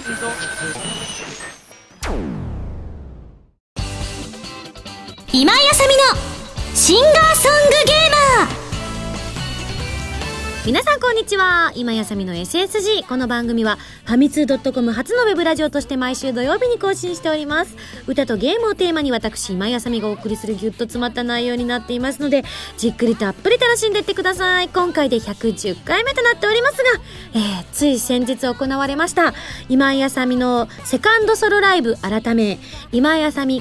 今井あさみのシンガーソングゲーマー。皆さんこんにちは。今井あさみの SSG。 この番組はファミツー .com 初のウェブラジオとして毎週土曜日に更新しております。歌とゲームをテーマに私今井あさみがお送りするギュッと詰まった内容になっていますので、じっくりたっぷり楽しんでいってください。今回で110回目となっておりますが、つい先日行われました今井あさみのセカンドソロライブ改め今井あさみ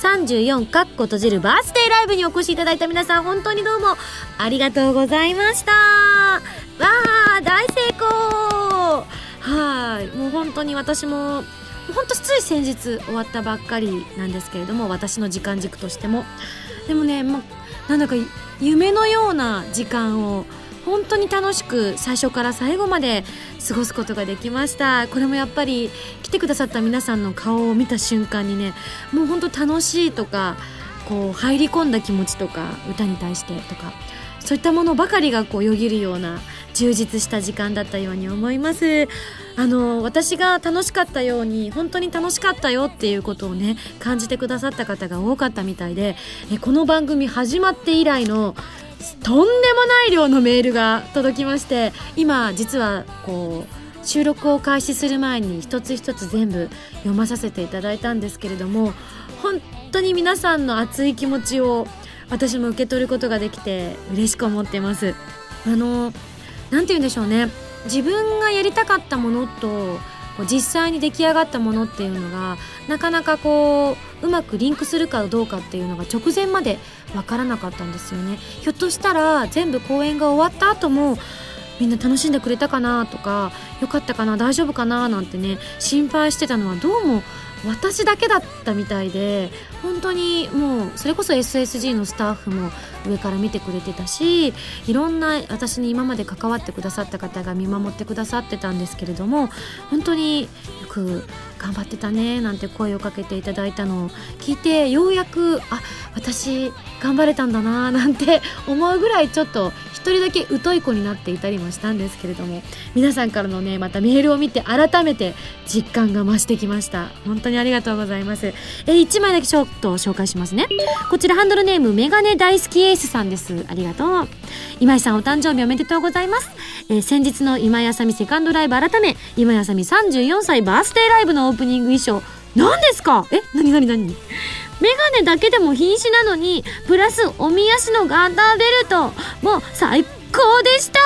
34閉じるバースデーライブにお越しいただいた皆さん、本当にどうもありがとうございました。わー、大成功。はい、もう本当に私も本当つい先日終わったばっかりなんですけれども、私の時間軸としてもでもね、もうなんだか夢のような時間を本当に楽しく最初から最後まで過ごすことができました。これもやっぱり来てくださった皆さんの顔を見た瞬間にね、もう本当楽しいとか、こう入り込んだ気持ちとか、歌に対してとか、そういったものばかりがこうよぎるような充実した時間だったように思います。私が楽しかったように本当に楽しかったよっていうことをね感じてくださった方が多かったみたいで、この番組始まって以来のとんでもない量のメールが届きまして、今実はこう収録を開始する前に一つ一つ全部読まさせていただいたんですけれども、本当に皆さんの熱い気持ちを私も受け取ることができて嬉しく思っています。なんて言うんでしょうね、自分がやりたかったものと実際に出来上がったものっていうのがなかなかこううまくリンクするかどうかっていうのが直前まで分からなかったんですよね。ひょっとしたら全部公演が終わった後もみんな楽しんでくれたかなとか、よかったかな、大丈夫かななんてね心配してたのはどうも私だけだったみたいで、本当にもうそれこそ SSG のスタッフも上から見てくれてたし、いろんな私に今まで関わってくださった方が見守ってくださってたんですけれども、本当によく頑張ってたねなんて声をかけていただいたのを聞いて、ようやく私頑張れたんだななんて思うぐらいちょっと一人だけ疎い子になっていたりもしたんですけれども、皆さんからのねまたメールを見て改めて実感が増してきました。本当にありがとうございます。1枚だけちょっと紹介しますね。こちらハンドルネームメガネ大好きエースさんです。ありがとう。今井さんお誕生日おめでとうございます。先日の今井あさみセカンドライブ改め今井あさみ34歳バースデーライブのオープニング衣装何ですか？何メガネだけでも瀕死なのにプラスおみ足のガーターベルトもう最高でした。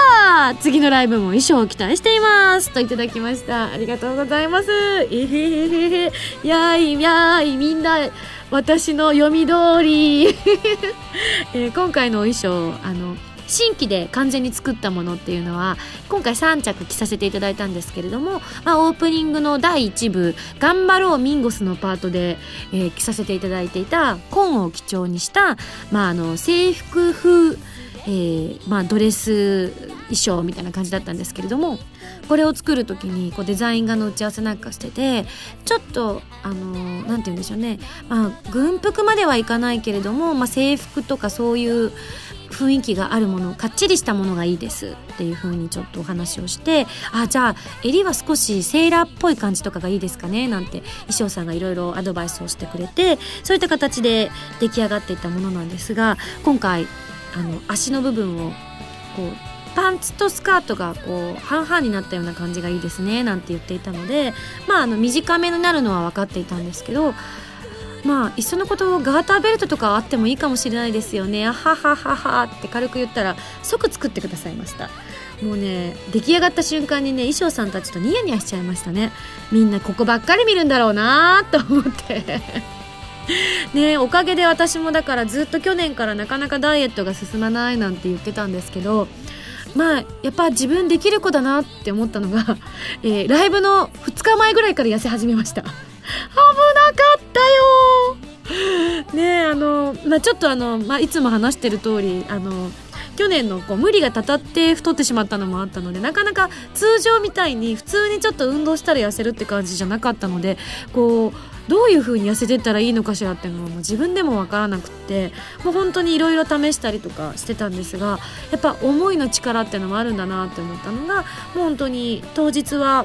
次のライブも衣装を期待していますといただきました。ありがとうございます。やいみんな私の読み通り今回のお衣装新規で完全に作ったものっていうのは今回3着着させていただいたんですけれども、オープニングの第1部頑張ろうミンゴスのパートで、着させていただいていた紺を基調にした、制服風、ドレス衣装みたいな感じだったんですけれども、これを作る時にこうデザイン画の打ち合わせなんかしてて、ちょっとなんて言うんでしょうね、軍服まではいかないけれども、制服とかそういう雰囲気があるもの、かっちりしたものがいいですっていう風にちょっとお話をして、じゃあ襟は少しセーラーっぽい感じとかがいいですかねなんて衣装さんがいろいろアドバイスをしてくれて、そういった形で出来上がっていったものなんですが、今回足の部分をこうパンツとスカートがこう半々になったような感じがいいですねなんて言っていたので、短めになるのは分かっていたんですけど、いっそのことガーターベルトとかあってもいいかもしれないですよね。ははははって軽く言ったら即作ってくださいました。もうね出来上がった瞬間にね衣装さんたちとニヤニヤしちゃいましたね。みんなここばっかり見るんだろうなと思ってね、おかげで私もだからずっと去年からなかなかダイエットが進まないなんて言ってたんですけど、やっぱ自分できる子だなって思ったのが、ライブの2日前ぐらいから痩せ始めました。危なかったよね。ちょっといつも話してる通り去年の無理がたたって太ってしまったのもあったので、なかなか通常みたいに普通にちょっと運動したら痩せるって感じじゃなかったので、どういう風に痩せてったらいいのかしらっていうのはもう自分でも分からなくって、もう本当にいろいろ試したりとかしてたんですが、やっぱ思いの力っていうのもあるんだなって思ったのが、もう本当に当日は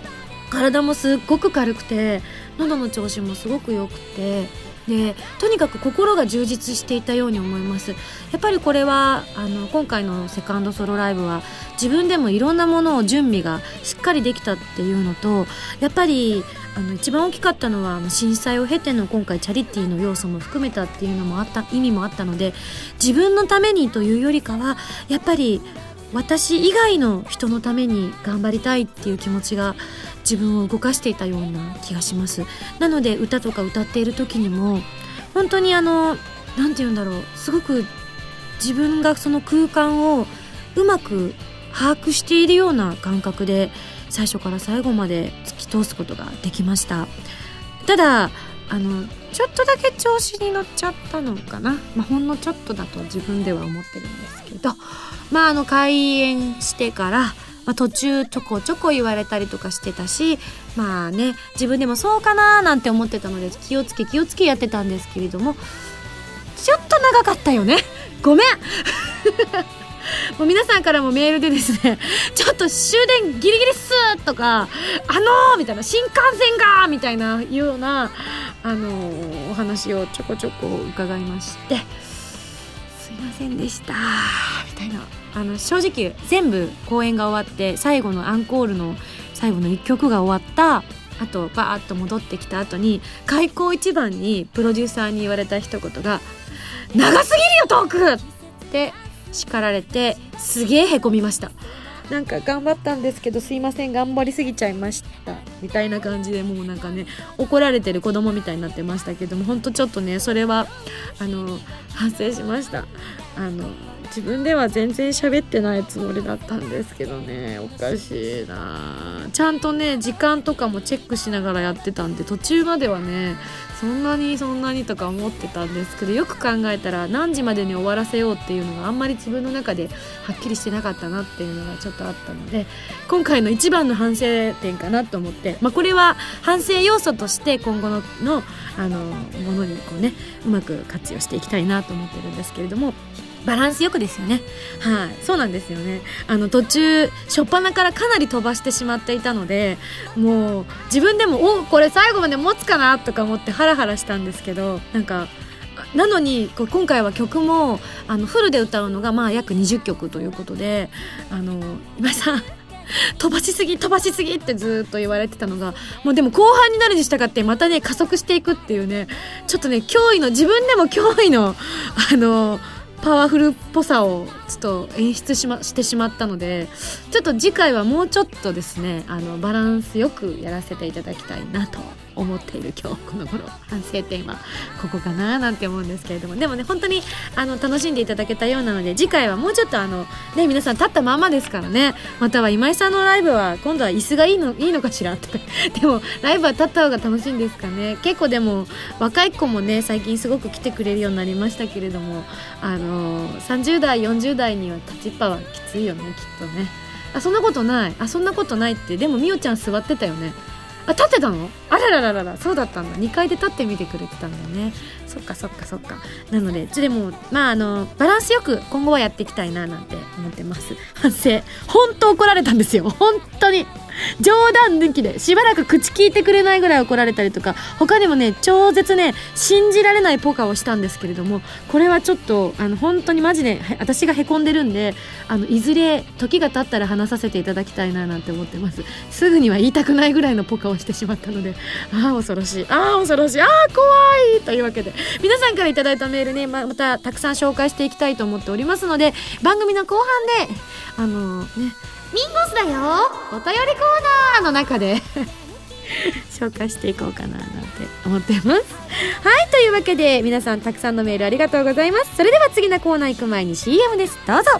体もすっごく軽くて喉の調子もすごく良くて、でとにかく心が充実していたように思います。やっぱりこれは今回のセカンドソロライブは自分でもいろんなものを準備がしっかりできたっていうのと、やっぱり一番大きかったのは震災を経ての今回チャリティーの要素も含めたっていうのもあった、意味もあったので、自分のためにというよりかはやっぱり私以外の人のために頑張りたいっていう気持ちが自分を動かしていたような気がします。なので歌とか歌っている時にも本当になんて言うんだろう、すごく自分がその空間をうまく把握しているような感覚で最初から最後まで突き通すことができました。ただちょっとだけ調子に乗っちゃったのかな、ほんのちょっとだと自分では思ってるんですけど、開演してから途中ちょこちょこ言われたりとかしてたし、自分でもそうかななんて思ってたので気をつけやってたんですけれども、ちょっと長かったよね、ごめんもう皆さんからもメールでですね、ちょっと終電ギリギリっすとかみたいな、新幹線がみたいなようなお話をちょこちょこ伺いまして、すいませんでしたみたいな、正直全部公演が終わって最後のアンコールの最後の1曲が終わったあとバーッと戻ってきた後に開口一番にプロデューサーに言われた一言が長すぎるよトークって叱られて、すげえへこみました。なんか頑張ったんですけどすいません頑張りすぎちゃいましたみたいな感じで、もうなんかね怒られてる子供みたいになってましたけども、ほんとちょっとねそれは反省しました。自分では全然喋ってないつもりだったんですけどね、おかしいな。ちゃんとね時間とかもチェックしながらやってたんで、途中まではねそんなにとか思ってたんですけど、よく考えたら何時までに終わらせようっていうのがあんまり自分の中ではっきりしてなかったなっていうのがちょっとあったので、今回の一番の反省点かなと思って、これは反省要素として今後のものにこうねうまく活用していきたいなと思ってるんですけれども、バランスよくですよね。はい、そうなんですよね。途中初っ端からかなり飛ばしてしまっていたので、もう自分でもこれ最後まで持つかなとか思ってハラハラしたんですけど、なのに今回は曲もフルで歌うのが約20曲ということで、今井さん飛ばしすぎってずっと言われてたのが、もうでも後半になるに従ってまたね加速していくっていうね、ちょっとね自分でも驚異のパワフルっぽさをちょっと演出してしまったので、ちょっと次回はもうちょっとですねバランスよくやらせていただきたいなと思っている今日この頃、反省点はここかななんて思うんですけれども、でもね本当に楽しんでいただけたようなので、次回はもうちょっと皆さん立ったままですからね、または今井さんのライブは今度は椅子がいいのかしらとかでもライブは立った方が楽しいんですかね。結構でも若い子もね最近すごく来てくれるようになりましたけれども、30代40代には立ちっぱはきついよねきっとね。そんなことないって。でもみおちゃん座ってたよね。立ってたの？あららら、そうだったんだ。2階で立ってみてくれてたんだよね。そっか。なのででもバランスよく今後はやっていきたいななんて思ってます。反省、本当怒られたんですよ。本当に冗談抜きでしばらく口聞いてくれないぐらい怒られたりとか、他にもね超絶ね信じられないポカをしたんですけれども、これはちょっと本当にマジで私がへこんでるんで、いずれ時が経ったら話させていただきたいななんて思ってます。すぐには言いたくないぐらいのポカをしてしまったので、恐ろしい、怖いというわけで、皆さんからいただいたメールね、またたくさん紹介していきたいと思っておりますので、番組の後半でミンゴスだよお便りコーナーの中で紹介していこうかななんて思ってます。はい、というわけで皆さんたくさんのメールありがとうございます。それでは次のコーナー行く前に CM です。どうぞ。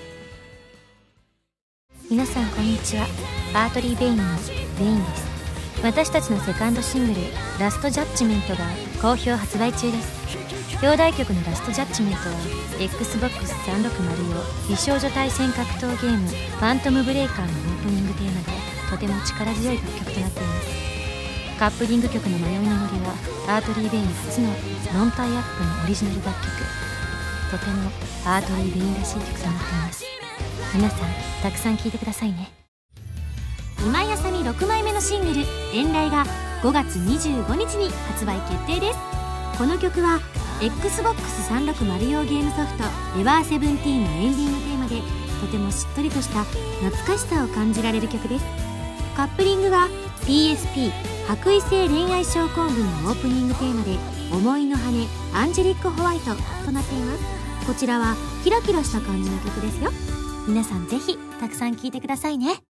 皆さんこんにちは、バートリー・ベインのベインです。私たちのセカンドシングルラストジャッジメントが好評発売中です。表題曲のラストジャッジメントは Xbox360 美少女対戦格闘ゲームファントムブレイカーのオープニングテーマでとても力強い楽曲となっています。カップリング曲の迷いの森はアートリー・ベイン初のノンタイアップのオリジナル楽曲。とてもアートリー・ベインらしい曲となっています。皆さんたくさん聴いてくださいね。今井あさみ 6枚目のシングル「遠雷」が5月25日に発売決定です。この曲は Xbox360 用ゲームソフト「エヴァーセブンティーン」のエンディングテーマで、とてもしっとりとした懐かしさを感じられる曲です。カップリングは PSP 白衣性恋愛症候群のオープニングテーマで「思いの羽アンジェリック・ホワイト」となっています。こちらはキラキラした感じの曲ですよ。皆さんぜひたくさん聴いてくださいね。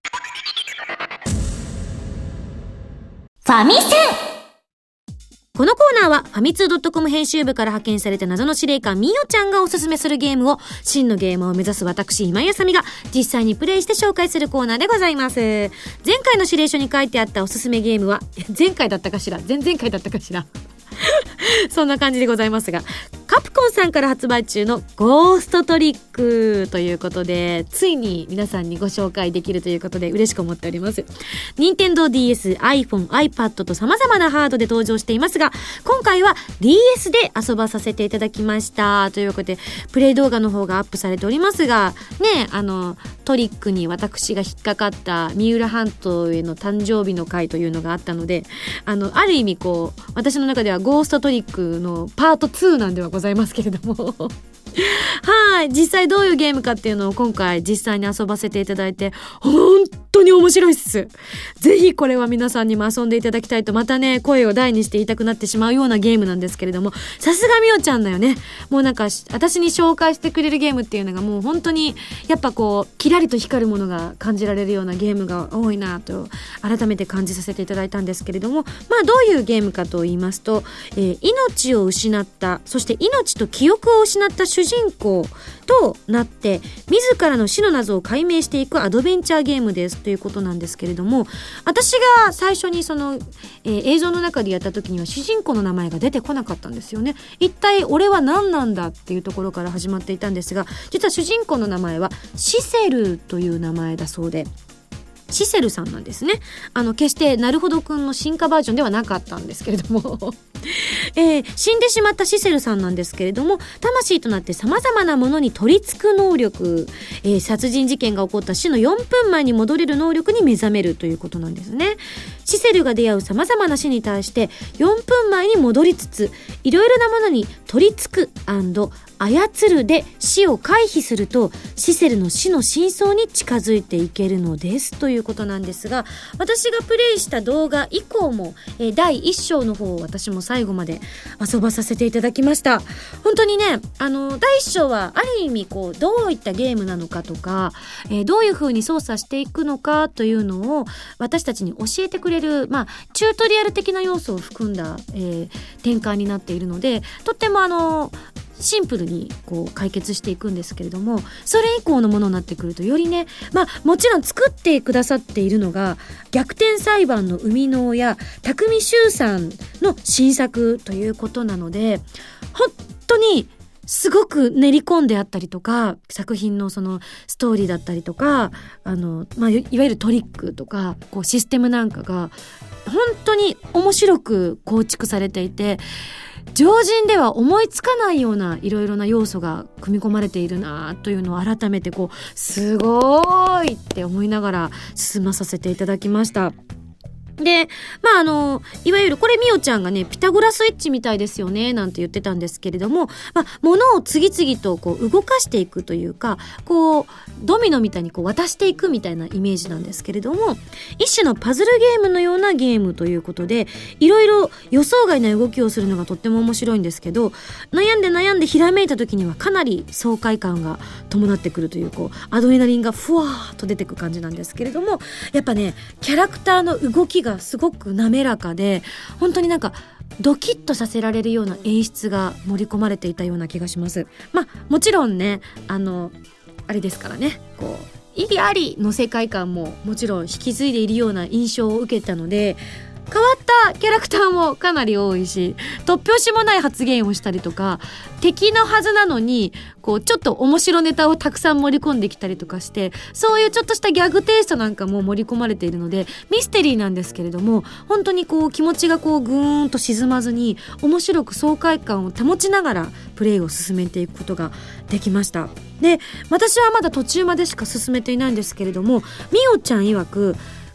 ファミセン。 このコーナーはファミツー .com 編集部から派遣された謎の司令官みおちゃんがおすすめするゲームを真のゲームを目指す私今井あさみが実際にプレイして紹介するコーナーでございます。前回の指令書に書いてあったおすすめゲームは前回だったかしら前々回だったかしらそんな感じでございますが、カプコンさんから発売中のゴーストトリックということで、ついに皆さんにご紹介できるということで嬉しく思っております。任天堂 DS、iPhone、iPad と様々なハードで登場していますが、今回は DS で遊ばさせていただきましたということで、プレイ動画の方がアップされておりますがね、トリックに私が引っかかった三浦半島への誕生日の会というのがあったので、ある意味こう私の中ではゴーストトリックのパート2なんではございますけれどもはい、実際どういうゲームかっていうのを今回実際に遊ばせていただいて本当に面白いっす。ぜひこれは皆さんにも遊んでいただきたいと、またね声を大にして言いたくなってしまうようなゲームなんですけれども、さすがみおちゃんだよね。もうなんか私に紹介してくれるゲームっていうのがもう本当にやっぱこうキラリと光るものが感じられるようなゲームが多いなと改めて感じさせていただいたんですけれども、まあどういうゲームかと言いますと、命を失ったそして命と記憶を失った主人公となって自らの死の謎を解明していくアドベンチャーゲームですということなんですけれども、私が最初にその、映像の中でやった時には主人公の名前が出てこなかったんですよね。一体俺は何なんだっていうところから始まっていたんですが、実は主人公の名前はシセルという名前だそうで、シセルさんなんですね。決してなるほどくんの進化バージョンではなかったんですけれども死んでしまったシセルさんなんですけれども、魂となって様々なものに取り付く能力、殺人事件が起こった死の4分前に戻れる能力に目覚めるということなんですね。シセルが出会う様々な死に対して4分前に戻りつつ、いろいろなものに取り付く&操るで死を回避すると、シセルの死の真相に近づいていけるのですということなんですが、私がプレイした動画以降も、第1章の方を私も最後まで遊ばさせていただきました。本当にね、第1章はある意味こうどういったゲームなのかとか、どういう風に操作していくのかというのを私たちに教えてくれる、チュートリアル的な要素を含んだ、展開になっているので、とってもシンプルにこう解決していくんですけれども、それ以降のものになってくるとよりね、もちろん作ってくださっているのが逆転裁判の生みの親匠修さんの新作ということなので、本当にすごく練り込んであったりとか、作品のそのストーリーだったりとか、いわゆるトリックとかこうシステムなんかが本当に面白く構築されていて、常人では思いつかないようないろいろな要素が組み込まれているなというのを改めてこうすごいって思いながら進まさせていただきました。で、いわゆるこれみおちゃんがね、ピタゴラスイッチみたいですよねなんて言ってたんですけれども、物を次々とこう動かしていくというか、こうドミノみたいにこう渡していくみたいなイメージなんですけれども、一種のパズルゲームのようなゲームということで、いろいろ予想外な動きをするのがとっても面白いんですけど、悩んでひらめいた時にはかなり爽快感が伴ってくるという、こうアドレナリンがふわーっと出てく感じなんですけれども、やっぱねキャラクターの動きがすごく滑らかで、本当になんかドキッとさせられるような演出が盛り込まれていたような気がします。もちろんね、あれですからね、こう意義ありの世界観ももちろん引き継いでいるような印象を受けたので、変わったキャラクターもかなり多いし、突拍子もない発言をしたりとか、敵のはずなのにこうちょっと面白ネタをたくさん盛り込んできたりとかして、そういうちょっとしたギャグテイストなんかも盛り込まれているので、ミステリーなんですけれども、本当にこう気持ちがこうぐーんと沈まずに面白く爽快感を保ちながらプレイを進めていくことができました。で、私はまだ途中までしか進めていないんですけれども、みおちゃん曰く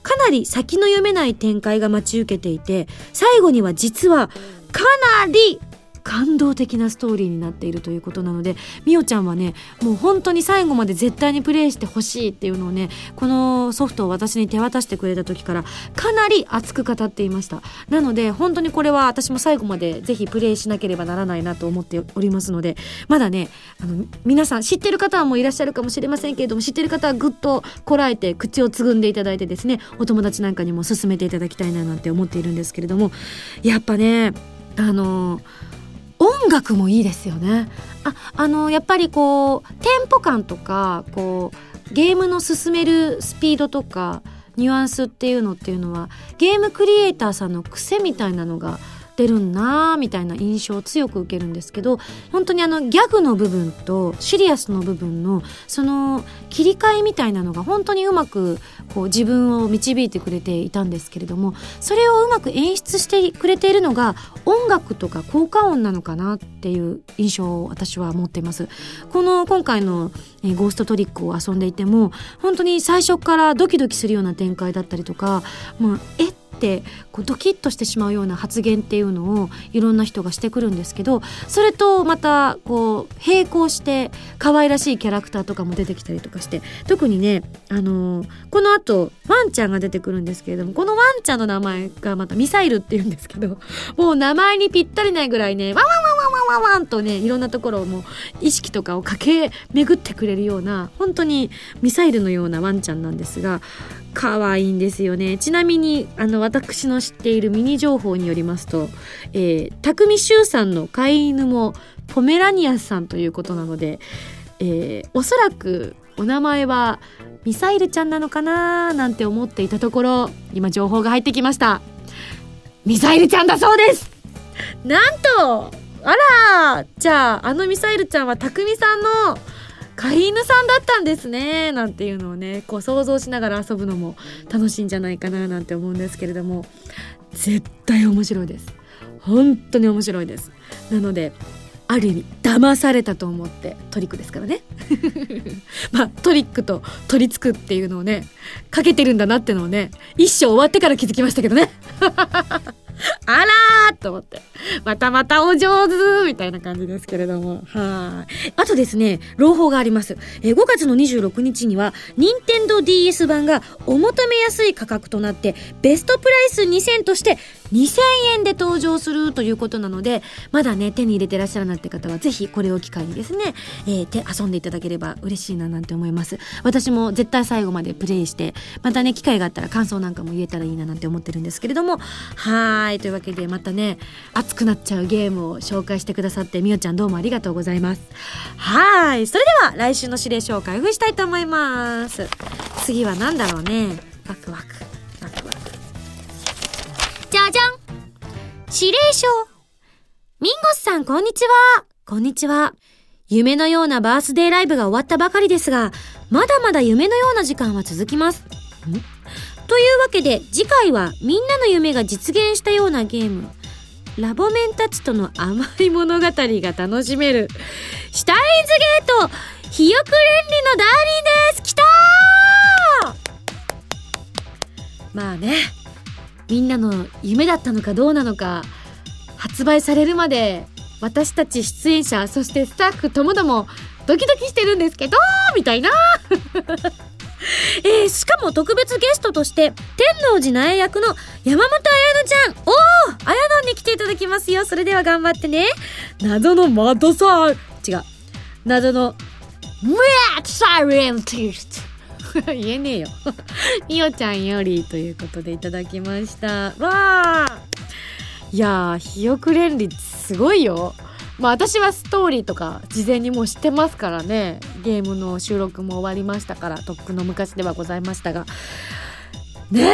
かなり先の読めない展開が待ち受けていて、最後には実はかなり感動的なストーリーになっているということなので、みおちゃんはねもう本当に最後まで絶対にプレイしてほしいっていうのをね、このソフトを私に手渡してくれた時からかなり熱く語っていました。なので本当にこれは私も最後までぜひプレイしなければならないなと思っておりますので、まだね皆さん知ってる方はもういらっしゃるかもしれませんけれども、知ってる方はぐっとこらえて口をつぐんでいただいてですね、お友達なんかにも勧めていただきたいななんて思っているんですけれども、やっぱね音楽もいいですよね。やっぱりこうテンポ感とかこうゲームの進めるスピードとかニュアンスっていうのはゲームクリエイターさんの癖みたいなのが出るなみたいな印象を強く受けるんですけど、本当にギャグの部分とシリアスの部分のその切り替えみたいなのが本当にうまくこう自分を導いてくれていたんですけれども、それをうまく演出してくれているのが音楽とか効果音なのかなっていう印象を私は持っています。今回のゴーストトリックを遊んでいても本当に最初からドキドキするような展開だったりとか、ってこうドキッとしてしまうような発言っていうのをいろんな人がしてくるんですけど、それとまたこう並行して可愛らしいキャラクターとかも出てきたりとかして、特にねこの後ワンちゃんが出てくるんですけれども、このワンちゃんの名前がまたミサイルっていうんですけど、もう名前にぴったりないぐらいねワンワンワンワンワンワンワンとね、いろんなところをもう意識とかを駆け巡ってくれるような本当にミサイルのようなワンちゃんなんですが、可愛いんですよね。ちなみに私の知っているミニ情報によりますと、匠柊さんの飼い犬もポメラニアンさんということなので、おそらくお名前はミサイルちゃんなのかななんて思っていたところ、今情報が入ってきました。ミサイルちゃんだそうです。なんとじゃあミサイルちゃんは匠さんの飼い犬さんだったんですねなんていうのをねこう想像しながら遊ぶのも楽しいんじゃないかななんて思うんですけれども、絶対面白いです。本当に面白いです。なのである意味騙されたと思ってトリックですからねトリックと取り付くっていうのをねかけてるんだなってのをね一生終わってから気づきましたけどねあらーと思ってまたお上手みたいな感じですけれども、あとですね朗報があります。5月の26日には任天堂 DS 版がお求めやすい価格となってベストプライス2000として2000円で登場するということなので、まだね手に入れてらっしゃらないって方はぜひこれを機会にですね、遊んでいただければ嬉しいななんて思います。私も絶対最後までプレイしてまたね機会があったら感想なんかも言えたらいいななんて思ってるんですけれども、というわけでまたね熱くなっちゃうゲームを紹介してくださってみおちゃんどうもありがとうございます。それでは来週の指令書を開封したいと思います。次は何だろうね。ワクワクじゃじゃん、指令書。ミンゴスさんこんにちは。こんにちは。夢のようなバースデーライブが終わったばかりですが、まだまだ夢のような時間は続きます。というわけで次回はみんなの夢が実現したようなゲーム、ラボメンたちとの甘い物語が楽しめるシュタインズゲートひよく連理のダーリンです。きたー。まあね、みんなの夢だったのかどうなのか発売されるまで私たち出演者そしてスタッフともどもドキドキしてるんですけどみたいなしかも特別ゲストとして天王寺苗役の山本彩乃ちゃん、彩乃に来ていただきますよ。それでは頑張ってね。謎のマドサー謎のムヤッサイレンティスト言えねえよみおちゃんよりということでいただきました。いやーひよく連理すごいよ。私はストーリーとか事前にもう知ってますからね。ゲームの収録も終わりましたから、とっくの昔ではございましたがね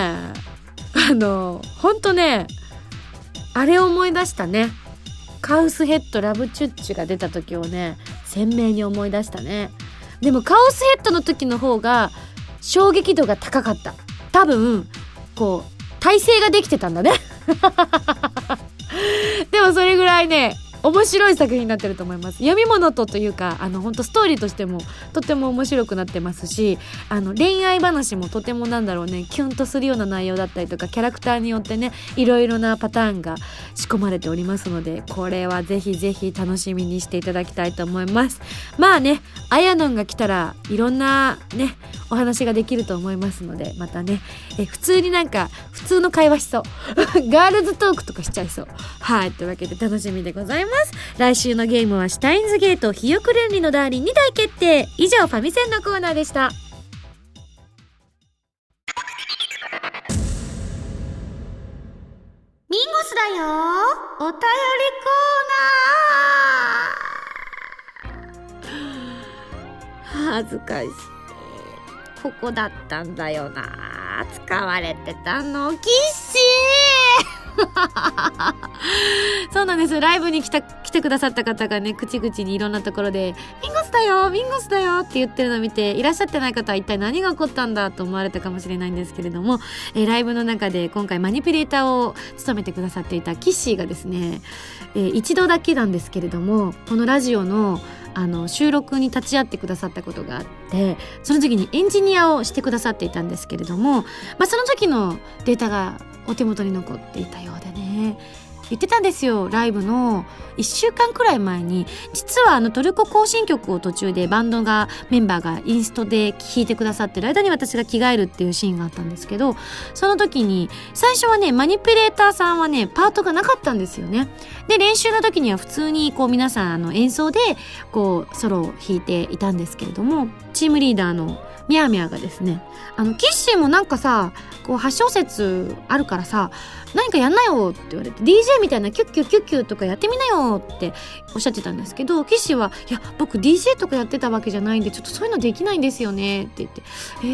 ほんとねあれを思い出したね。カウスヘッドラブチュッチュが出た時をね鮮明に思い出したね。でもカウスヘッドの時の方が衝撃度が高かった。多分こう体勢ができてたんだねでもそれぐらいね面白い作品になってると思います。読み物というか本当ストーリーとしてもとても面白くなってますし、恋愛話もとてもキュンとするような内容だったりとか、キャラクターによってねいろいろなパターンが仕込まれておりますので、これはぜひぜひ楽しみにしていただきたいと思います。まあね、あやのんが来たらいろんなねお話ができると思いますので、またね普通に普通の会話しそうガールズトークとかしちゃいそう。はい、というわけで楽しみでございます。来週のゲームはシュタインズゲートひよくれんりのダーリン2大決定。以上ファミセンのコーナーでした。ミンゴスだよお便りコーナー。恥ずかしい。ここだったんだよな。使われてたのキッシーそうなんです。ライブに来てくださった方がね、口々にいろんなところでミンゴスだよミンゴスだよって言ってるのを見て、いらっしゃってない方は一体何が起こったんだと思われたかもしれないんですけれども、ライブの中で今回マニピュレーターを務めてくださっていたキッシーがですね、一度だけなんですけれどもこのラジオの収録に立ち会ってくださったことがあって、その時にエンジニアをしてくださっていたんですけれども、その時のデータがお手元に残っていたようでね、言ってたんですよ。ライブの1週間くらい前に、実はトルコ行進曲を途中でバンドがメンバーがインストで弾いてくださってる間に私が着替えるっていうシーンがあったんですけど、その時に最初はねマニピュレーターさんはねパートがなかったんですよね。で練習の時には普通に皆さん演奏でソロを弾いていたんですけれども、チームリーダーのミャーミャーがですね、キッシーもさ8小節あるからさ何かやんなよって言われて、 DJ みたいなキュッキュッキュッキュとかやってみなよっておっしゃってたんですけど、キッシーはいや僕 DJ とかやってたわけじゃないんでちょっとそういうのできないんですよねって言って、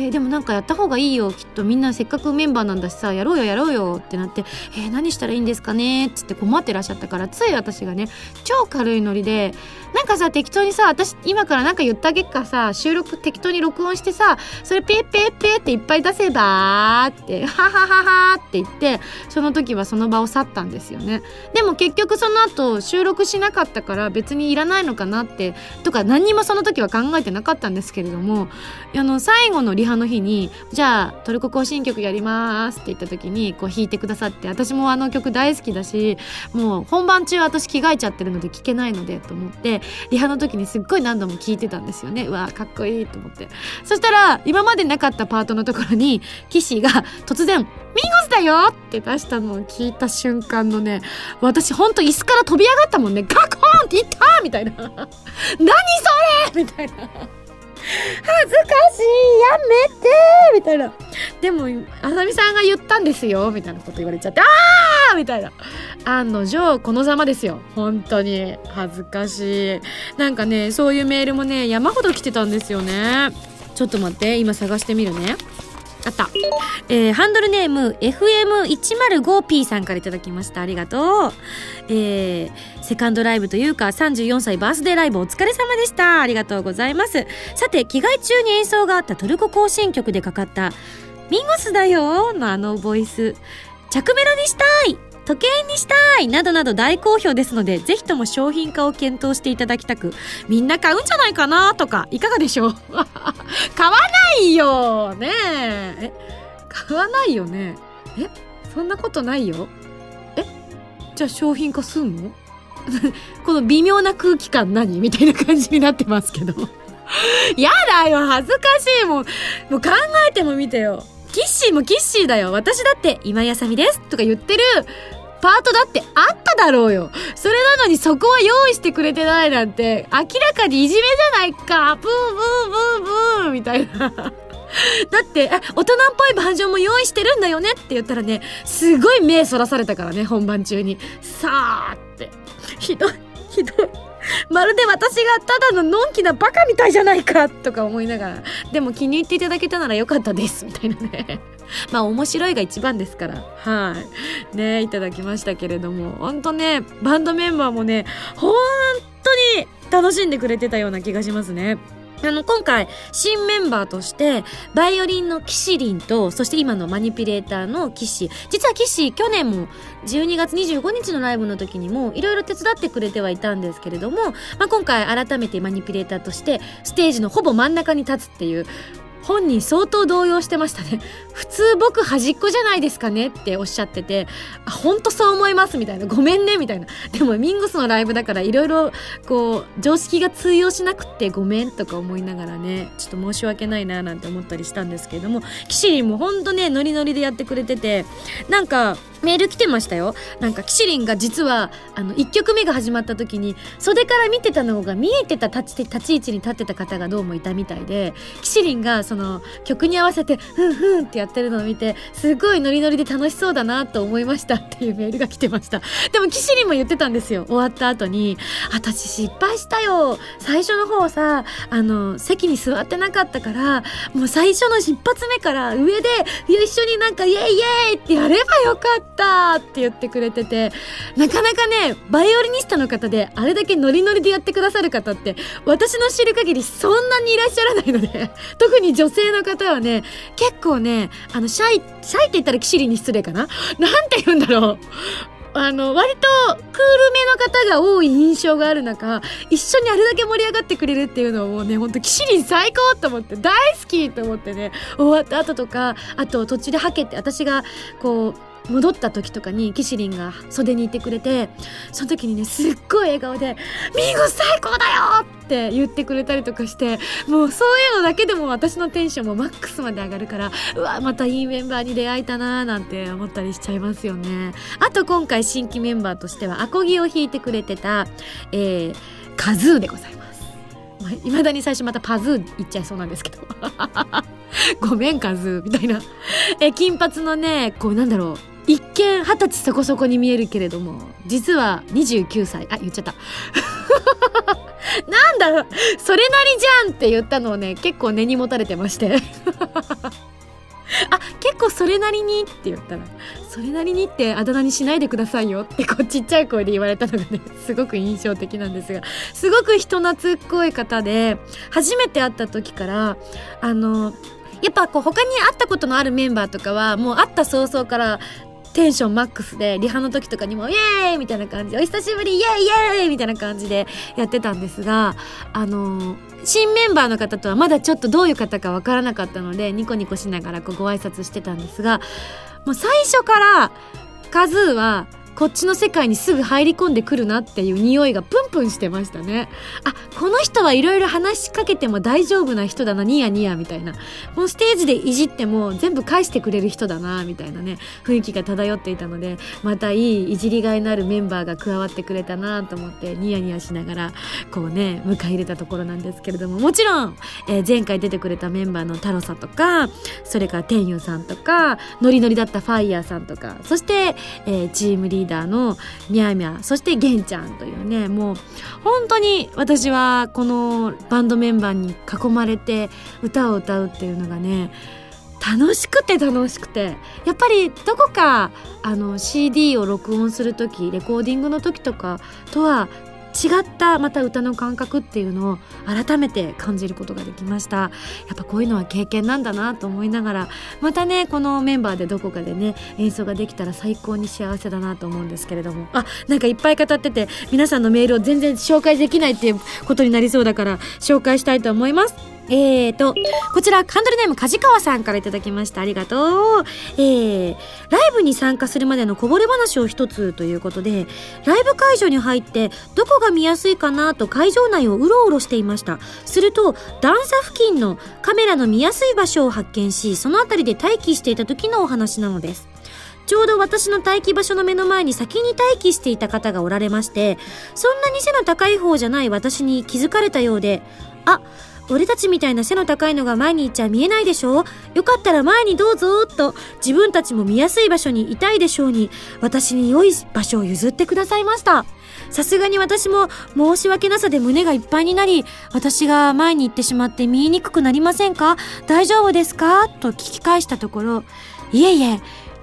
でもやった方がいいよ、きっとみんなせっかくメンバーなんだしさやろうよってなって、何したらいいんですかねってって困ってらっしゃったから、つい私がね超軽いノリで適当に私今から言ってあげっか収録適当に録音してそれペーペーペーっていっぱい出せばってははははって言って、その時はその場を去ったんですよね。でも結局その後収録しなかったから別にいらないのかなってとか何にもその時は考えてなかったんですけれども、最後のリハの日にじゃあトルコ行進曲やりますって言った時に弾いてくださって、私も曲大好きだしもう本番中私着替えちゃってるので聴けないのでと思ってリハの時にすっごい何度も聴いてたんですよね。うわかっこいいと思って、そしたら今までなかったパートのところにキッシーが突然ミンゴスだよって出したのを聞いた瞬間のね、私ほんと椅子から飛び上がったもんね。ガコーンっていったみたいな何それみたいな、恥ずかしいやめてみたいな、でもあさみさんが言ったんですよみたいなこと言われちゃって、みたいな、案の定このざまですよ。本当に恥ずかしい。そういうメールもね山ほど来てたんですよね。ちょっと待って、今探してみるね。あった、ハンドルネーム FM105P さんからいただきました。ありがとう。セカンドライブというか34歳バースデーライブお疲れ様でした。ありがとうございます。さて着替え中に演奏があったトルコ行進曲でかかったミンゴスだよのボイス、着メロにしたい、時計にしたいなどなど大好評ですので、ぜひとも商品化を検討していただきたく、みんな買うんじゃないかなとかいかがでしょう買わないよね買わないよねそんなことないよ。じゃあ商品化すんのこの微妙な空気感何みたいな感じになってますけどやだよ恥ずかしい。もう考えてもみてよ。キッシーもキッシーだよ。私だって今やさみですとか言ってるパートだってあっただろうよ。それなのにそこは用意してくれてないなんて明らかにいじめじゃないか。ブーブーブーブーみたいなだって大人っぽいバージョンも用意してるんだよねって言ったらね、すごい目そらされたからね、本番中に。さーってひどいまるで私がただののんきなバカみたいじゃないかとか思いながら、でも気に入っていただけたならよかったですみたいなね面白いが一番ですから、はいね、いただきましたけれども、ほんとねバンドメンバーもね本当に楽しんでくれてたような気がしますね。 今回新メンバーとしてバイオリンのキシリンと、そして今のマニピュレーターのキシ、実はキシ去年も12月25日のライブの時にもいろいろ手伝ってくれてはいたんですけれども、今回改めてマニピュレーターとしてステージのほぼ真ん中に立つっていう、本人相当動揺してましたね。普通僕端っこじゃないですかねっておっしゃってて、本当そう思いますみたいな、ごめんねみたいな。でもミングスのライブだからいろいろこう常識が通用しなくてごめんとか思いながらね、ちょっと申し訳ないななんて思ったりしたんですけれども、キシリンも本当ねノリノリでやってくれてて、なんかメール来てましたよ。なんかキシリンが実は1曲目が始まった時に袖から見てたのが見えてた立ち位置に立ってた方がどうもいたみたいで、キシリンがその曲に合わせてふんふんってやってるのを見て、すごいノリノリで楽しそうだなと思いましたっていうメールが来てました。でもキシリンも言ってたんですよ、終わった後に。私失敗したよ、最初の方さ席に座ってなかったから、もう最初の一発目から上で一緒になんかイエイイエイってやればよかったって言ってくれてて、なかなかねバイオリニストの方であれだけノリノリでやってくださる方って私の知る限りそんなにいらっしゃらないので、特に女性の方はね結構ねシャイって言ったらキシリンに失礼かな、なんて言うんだろう、割とクールめの方が多い印象がある中、一緒にあれだけ盛り上がってくれるっていうのをもうね、ほんとキシリン最高と思って、大好きと思ってね、終わった後とか、あと途中ではけて私がこう戻った時とかにキシリンが袖にいてくれて、その時にねすっごい笑顔でミンゴス最高だよって言ってくれたりとかして、もうそういうのだけでも私のテンションもマックスまで上がるから、うわまたいいメンバーに出会えたなーなんて思ったりしちゃいますよね。あと今回新規メンバーとしてはアコギを弾いてくれてた、カズーでございます。未だに最初またパズー言っちゃいそうなんですけどごめんカズーみたいな金髪のね、こうなんだろう、一見20歳そこそこに見えるけれども実は29歳、言っちゃったなんだそれなりじゃんって言ったのをね結構根に持たれてまして結構それなりにって言ったら、それなりにってあだ名にしないでくださいよってこうちっちゃい声で言われたのがねすごく印象的なんですが、すごく人懐っこい方で、初めて会った時からやっぱこう他に会ったことのあるメンバーとかはもう会った早々からテンションマックスで、リハの時とかにもイエーイみたいな感じで、お久しぶりイエーイイエーイみたいな感じでやってたんですが、新メンバーの方とはまだちょっとどういう方かわからなかったのでニコニコしながらこうご挨拶してたんですが、もう最初からカズーはこっちの世界にすぐ入り込んでくるなっていう匂いがプンプンしてましたね。この人はいろいろ話しかけても大丈夫な人だな、ニヤニヤみたいな、このステージでいじっても全部返してくれる人だなみたいなね雰囲気が漂っていたので、またいいいじりがいのあるメンバーが加わってくれたなと思ってニヤニヤしながらこうね迎え入れたところなんですけれども、もちろん、前回出てくれたメンバーのタロサとか、それから天佑さんとか、ノリノリだったファイヤーさんとか、そして、チームリーダーのミャーミャー、そしてゲンちゃんというね、もう本当に私はこのバンドメンバーに囲まれて歌を歌うっていうのがね楽しくてやっぱりどこかCD を録音するとき、レコーディングの時とかとは違ったまた歌の感覚っていうのを改めて感じることができました。やっぱこういうのは経験なんだなと思いながら、またねこのメンバーでどこかでね演奏ができたら最高に幸せだなと思うんですけれども、なんかいっぱい語ってて皆さんのメールを全然紹介できないっていうことになりそうだから紹介したいと思います。こちらハンドルネーム梶川さんからいただきました。ありがとう。ライブに参加するまでのこぼれ話を一つということで、ライブ会場に入ってどこが見やすいかなと会場内をうろうろしていました。すると段差付近のカメラの見やすい場所を発見し、そのあたりで待機していた時のお話なのです。ちょうど私の待機場所の目の前に先に待機していた方がおられまして、そんなに背の高い方じゃない私に気づかれたようで、俺たちみたいな背の高いのが前に行っちゃ見えないでしょ、よかったら前にどうぞと、自分たちも見やすい場所にいたいでしょうに私に良い場所を譲ってくださいました。さすがに私も申し訳なさで胸がいっぱいになり、私が前に行ってしまって見えにくくなりませんか、大丈夫ですかと聞き返したところ、いえいえ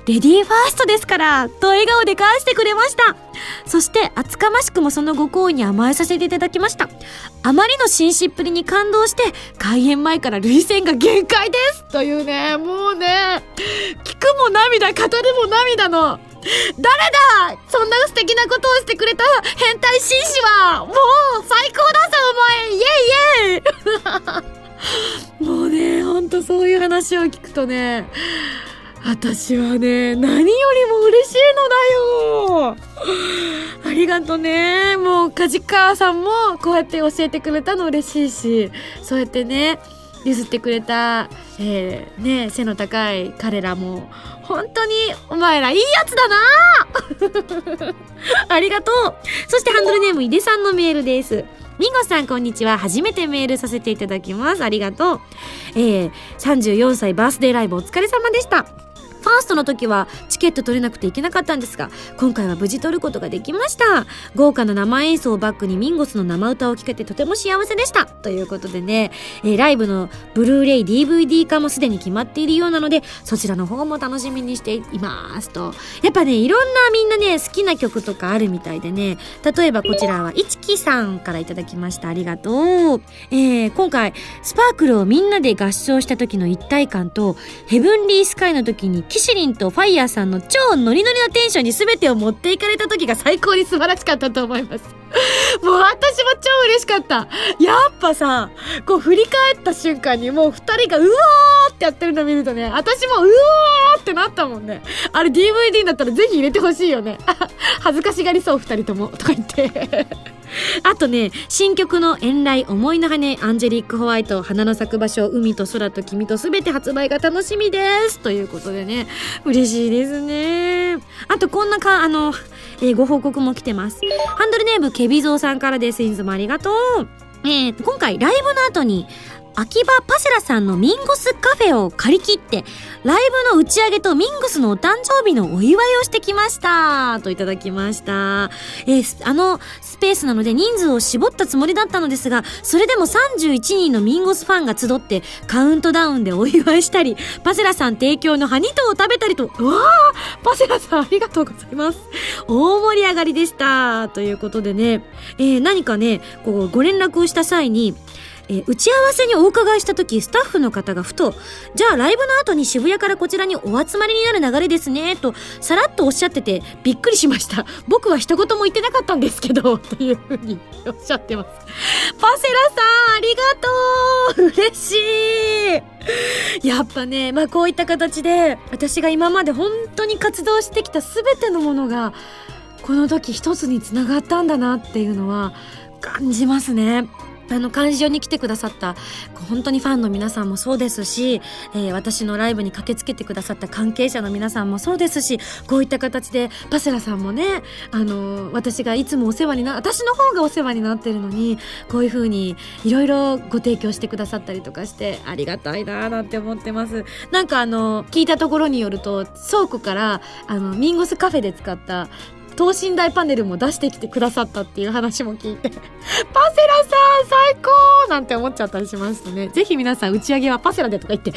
レディーファーストですからと笑顔で返してくれました。そして厚かましくもそのご好意に甘えさせていただきました。あまりの紳士っぷりに感動して開演前から涙腺が限界ですというね、もうね、聞くも涙語るも涙の誰だそんな素敵なことをしてくれた変態紳士は。もう最高だぞお前、イエイイエイもうね、ほんとそういう話を聞くとね、私はね、何よりも嬉しいのだよ。ありがとね。もう梶川さんもこうやって教えてくれたの嬉しいし、そうやってね譲ってくれた、背の高い彼らも本当にお前らいいやつだなありがとう。そしてハンドルネーム井出さんのメールです。ミンゴさんこんにちは。初めてメールさせていただきます。ありがとう。34歳バースデーライブお疲れ様でした。ファーストの時はチケット取れなくて行けなかったんですが、今回は無事取ることができました。豪華な生演奏をバックにミンゴスの生歌を聴けてとても幸せでした。ということでね、ライブのブルーレイ DVD 化もすでに決まっているようなので、そちらの方も楽しみにしていますと。やっぱね、いろんなみんなね好きな曲とかあるみたいでね、例えばこちらは一木さんからいただきました。ありがとう。今回スパークルをみんなで合唱した時の一体感と、ヘブンリースカイの時にキシリンとファイヤーさんの超ノリノリなテンションに全てを持っていかれた時が最高に素晴らしかったと思いますもう私も超嬉しかった。やっぱさ、こう振り返った瞬間にもう二人がうわーってやってるの見るとね、私もうわーってなったもんね。あれ DVD だったらぜひ入れてほしいよね恥ずかしがりそう二人ともとか言ってあとね、新曲の遠来思いの羽アンジェリックホワイト花の咲く場所海と空と君とすべて発売が楽しみですということでね、嬉しいですね。あとこんなご報告も来てます。ハンドルネームケビゾーさんからです。いつもありがとう。今回ライブの後に秋葉パセラさんのミンゴスカフェを借り切ってライブの打ち上げとミンゴスのお誕生日のお祝いをしてきましたといただきました。スペースなので人数を絞ったつもりだったのですが、それでも31人のミンゴスファンが集ってカウントダウンでお祝いしたり、パセラさん提供のハニトを食べたりと、うわー、パセラさんありがとうございます。大盛り上がりでしたということでね、何かねご連絡をした際に打ち合わせにお伺いした時、スタッフの方がふと、じゃあライブの後に渋谷からこちらにお集まりになる流れですねとさらっとおっしゃっててびっくりしました。僕は一言も言ってなかったんですけどというふうにおっしゃってます。パセラさんありがとう、嬉しい。やっぱね、こういった形で私が今まで本当に活動してきた全てのものがこの時一つにつながったんだなっていうのは感じますね。会場に来てくださった本当にファンの皆さんもそうですし、私のライブに駆けつけてくださった関係者の皆さんもそうですし、こういった形でパセラさんもね、私がいつも私の方がお世話になってるのに、こういう風にいろいろご提供してくださったりとかしてありがたいなーなんて思ってます。なんか聞いたところによると、倉庫からミンゴスカフェで使った等身大パネルも出してきてくださったっていう話も聞いてパセラさん最高なんて思っちゃったりしましたね。ぜひ皆さん打ち上げはパセラでとか言って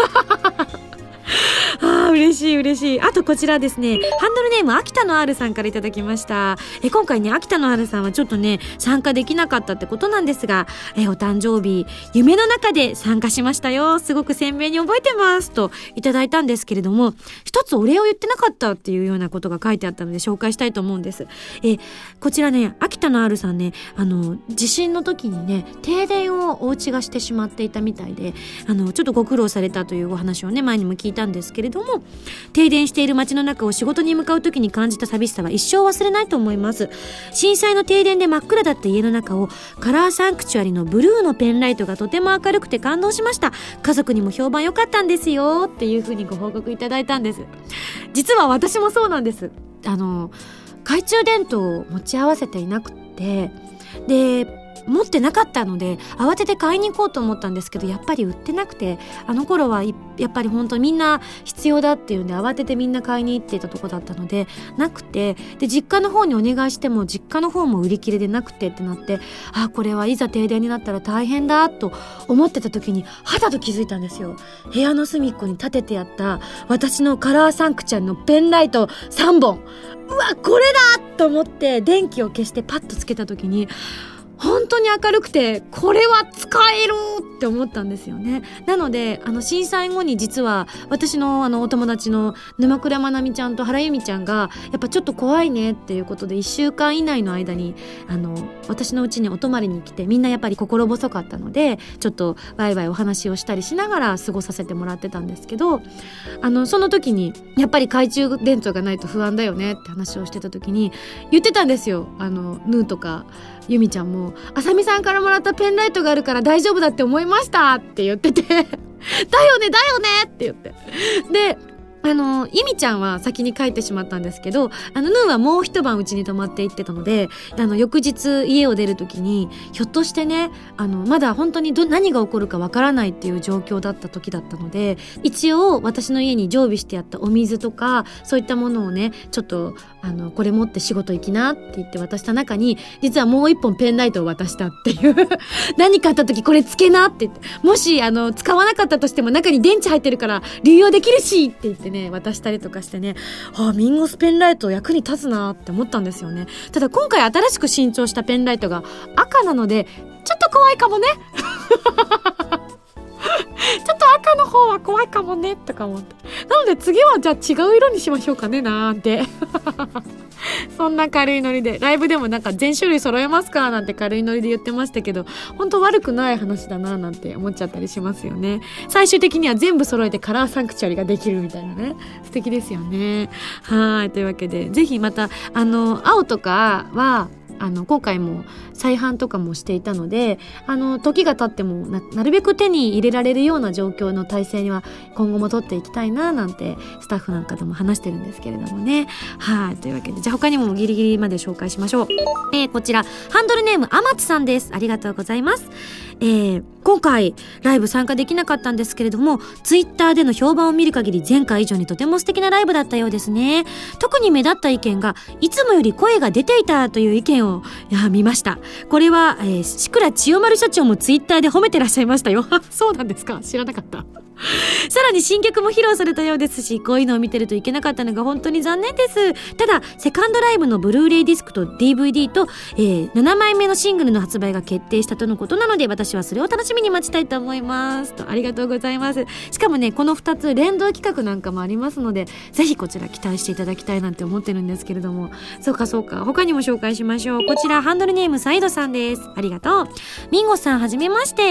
嬉しい嬉しい。あとこちらですね、ハンドルネーム秋田の R さんからいただきました。今回ね、秋田の R さんはちょっとね参加できなかったってことなんですが、お誕生日夢の中で参加しましたよ、すごく鮮明に覚えてますといただいたんですけれども、一つお礼を言ってなかったっていうようなことが書いてあったので紹介したいと思うんです。こちらね、秋田の R さんね、地震の時にね停電をお家がしてしまっていたみたいで、ちょっとご苦労されたというお話をね前にも聞いたんですけれども、停電している街の中を仕事に向かう時に感じた寂しさは一生忘れないと思います。震災の停電で真っ暗だった家の中をカラーサンクチュアリのブルーのペンライトがとても明るくて感動しました。家族にも評判良かったんですよっていう風にご報告いただいたんです。実は私もそうなんです。懐中電灯を持ち合わせていなくて、で持ってなかったので慌てて買いに行こうと思ったんですけど、やっぱり売ってなくて、あの頃はやっぱり本当にみんな必要だっていうんで慌ててみんな買いに行っていたとこだったのでなくて、で実家の方にお願いしても実家の方も売り切れでなくてってなって、これはいざ停電になったら大変だと思ってた時にはたと気づいたんですよ。部屋の隅っこに立ててやった私のカラーサンクチュアリのペンライト3本、うわこれだと思って電気を消してパッとつけた時に本当に明るくて、これは使えるって思ったんですよね。なので震災後に実は私のお友達の沼倉まなみちゃんと原由美ちゃんがやっぱちょっと怖いねっていうことで1週間以内の間に私の家にお泊まりに来て、みんなやっぱり心細かったのでちょっとワイワイお話をしたりしながら過ごさせてもらってたんですけど、その時にやっぱり懐中電灯がないと不安だよねって話をしてた時に言ってたんですよ。ヌーとか由美ちゃんもあさみさんからもらったペンライトがあるから大丈夫だって思いましたって言っててだよねって言って、で由美ちゃんは先に帰ってしまったんですけど、ヌーはもう一晩うちに泊まって行ってたので、翌日家を出る時にひょっとしてねまだ本当に何が起こるかわからないっていう状況だった時だったので、一応私の家に常備してあったお水とかそういったものをねちょっとこれ持って仕事行きなって言って渡した中に、実はもう一本ペンライトを渡したっていう何かあった時これつけなって言って、もし使わなかったとしても中に電池入ってるから流用できるしって言ってね渡したりとかしてね、ミンゴスペンライト役に立つなって思ったんですよね。ただ今回新しく新調したペンライトが赤なのでちょっと怖いかもねちょっと赤の方は怖いかもねとか思って、なので次はじゃあ違う色にしましょうかねなんてそんな軽いノリでライブでもなんか全種類揃えますかなんて軽いノリで言ってましたけど、本当悪くない話だななんて思っちゃったりしますよね。最終的には全部揃えてカラーサンクチュアリができるみたいなね、素敵ですよね。はい、というわけでぜひまた青とかは今回も再販とかもしていたので時が経っても なるべく手に入れられるような状況の体制には今後も取っていきたいななんてスタッフなんかでも話してるんですけれどもね。はい、というわけでじゃあ他にもギリギリまで紹介しましょう。こちらハンドルネームあまつさんです。ありがとうございます。今回ライブ参加できなかったんですけれども、ツイッターでの評判を見る限り前回以上にとても素敵なライブだったようですね。特に目立った意見がいつもより声が出ていたという意見を見ました。これは、志倉千代丸社長もツイッターで褒めてらっしゃいましたよそうなんですか、知らなかったさらに新曲も披露されたようですし、こういうのを見てるといけなかったのが本当に残念です。ただセカンドライブのブルーレイディスクと DVD と、7枚目のシングルの発売が決定したとのことなので、私はそれを楽しみに待ちたいと思いますと。ありがとうございます。しかもねこの2つ連動企画なんかもありますので、ぜひこちら期待していただきたいなんて思ってるんですけれども、そうか他にも紹介しましょう。こちらハンドルネームサイドさんです。ありがとう。ミンゴさんはじめまして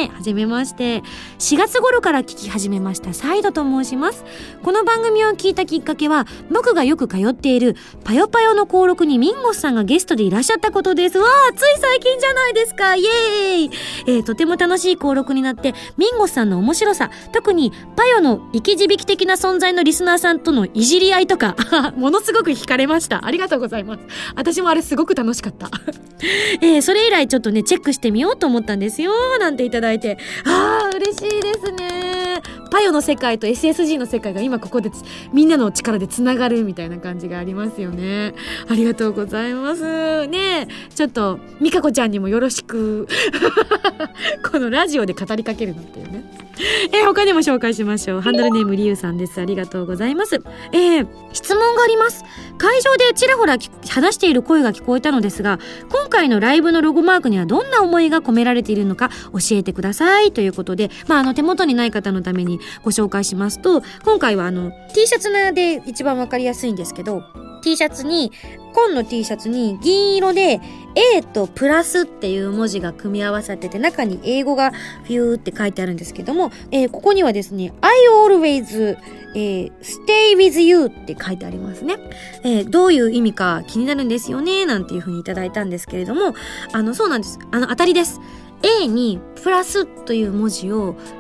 。4月頃から聞き始めましたサイドと申します。この番組を聞いたきっかけは僕がよく通っているパヨパヨの登録にミンゴスさんがゲストでいらっしゃったことです。わー、つい最近じゃないですか、イエーイ。とても楽しい登録になってミンゴスさんの面白さ、特にパヨの生き字引的な存在のリスナーさんとのいじり合いとかものすごく惹かれました。ありがとうございます。私もあれすごく楽しかったそれ以来ちょっとねチェックしてみようと思ったんですよなんていただいて、嬉しいですね。パヨの世界と SSG の世界が今ここでみんなの力でつながるみたいな感じがありますよね。ありがとうございますね。ちょっとミカコちゃんにもよろしくこのラジオで語りかけるのっていうね。他にも紹介しましょう。ハンドルネームリュウさんです。ありがとうございます。質問があります。会場でちらほら話している声が聞こえたのですが、今回のライブのロゴマークにはどんな思いが込められているのか教えてくださいということで、手元にない方のためにご紹介しますと、今回はT シャツで一番わかりやすいんですけど、紺の T シャツに銀色で A とプラスっていう文字が組み合わさってて、中に英語がフューって書いてあるんですけども、ここにはですね I always stay with you って書いてありますね。どういう意味か気になるんですよねなんていう風にいただいたんですけれども、そうなんです。当たりです。A にプラスという文字を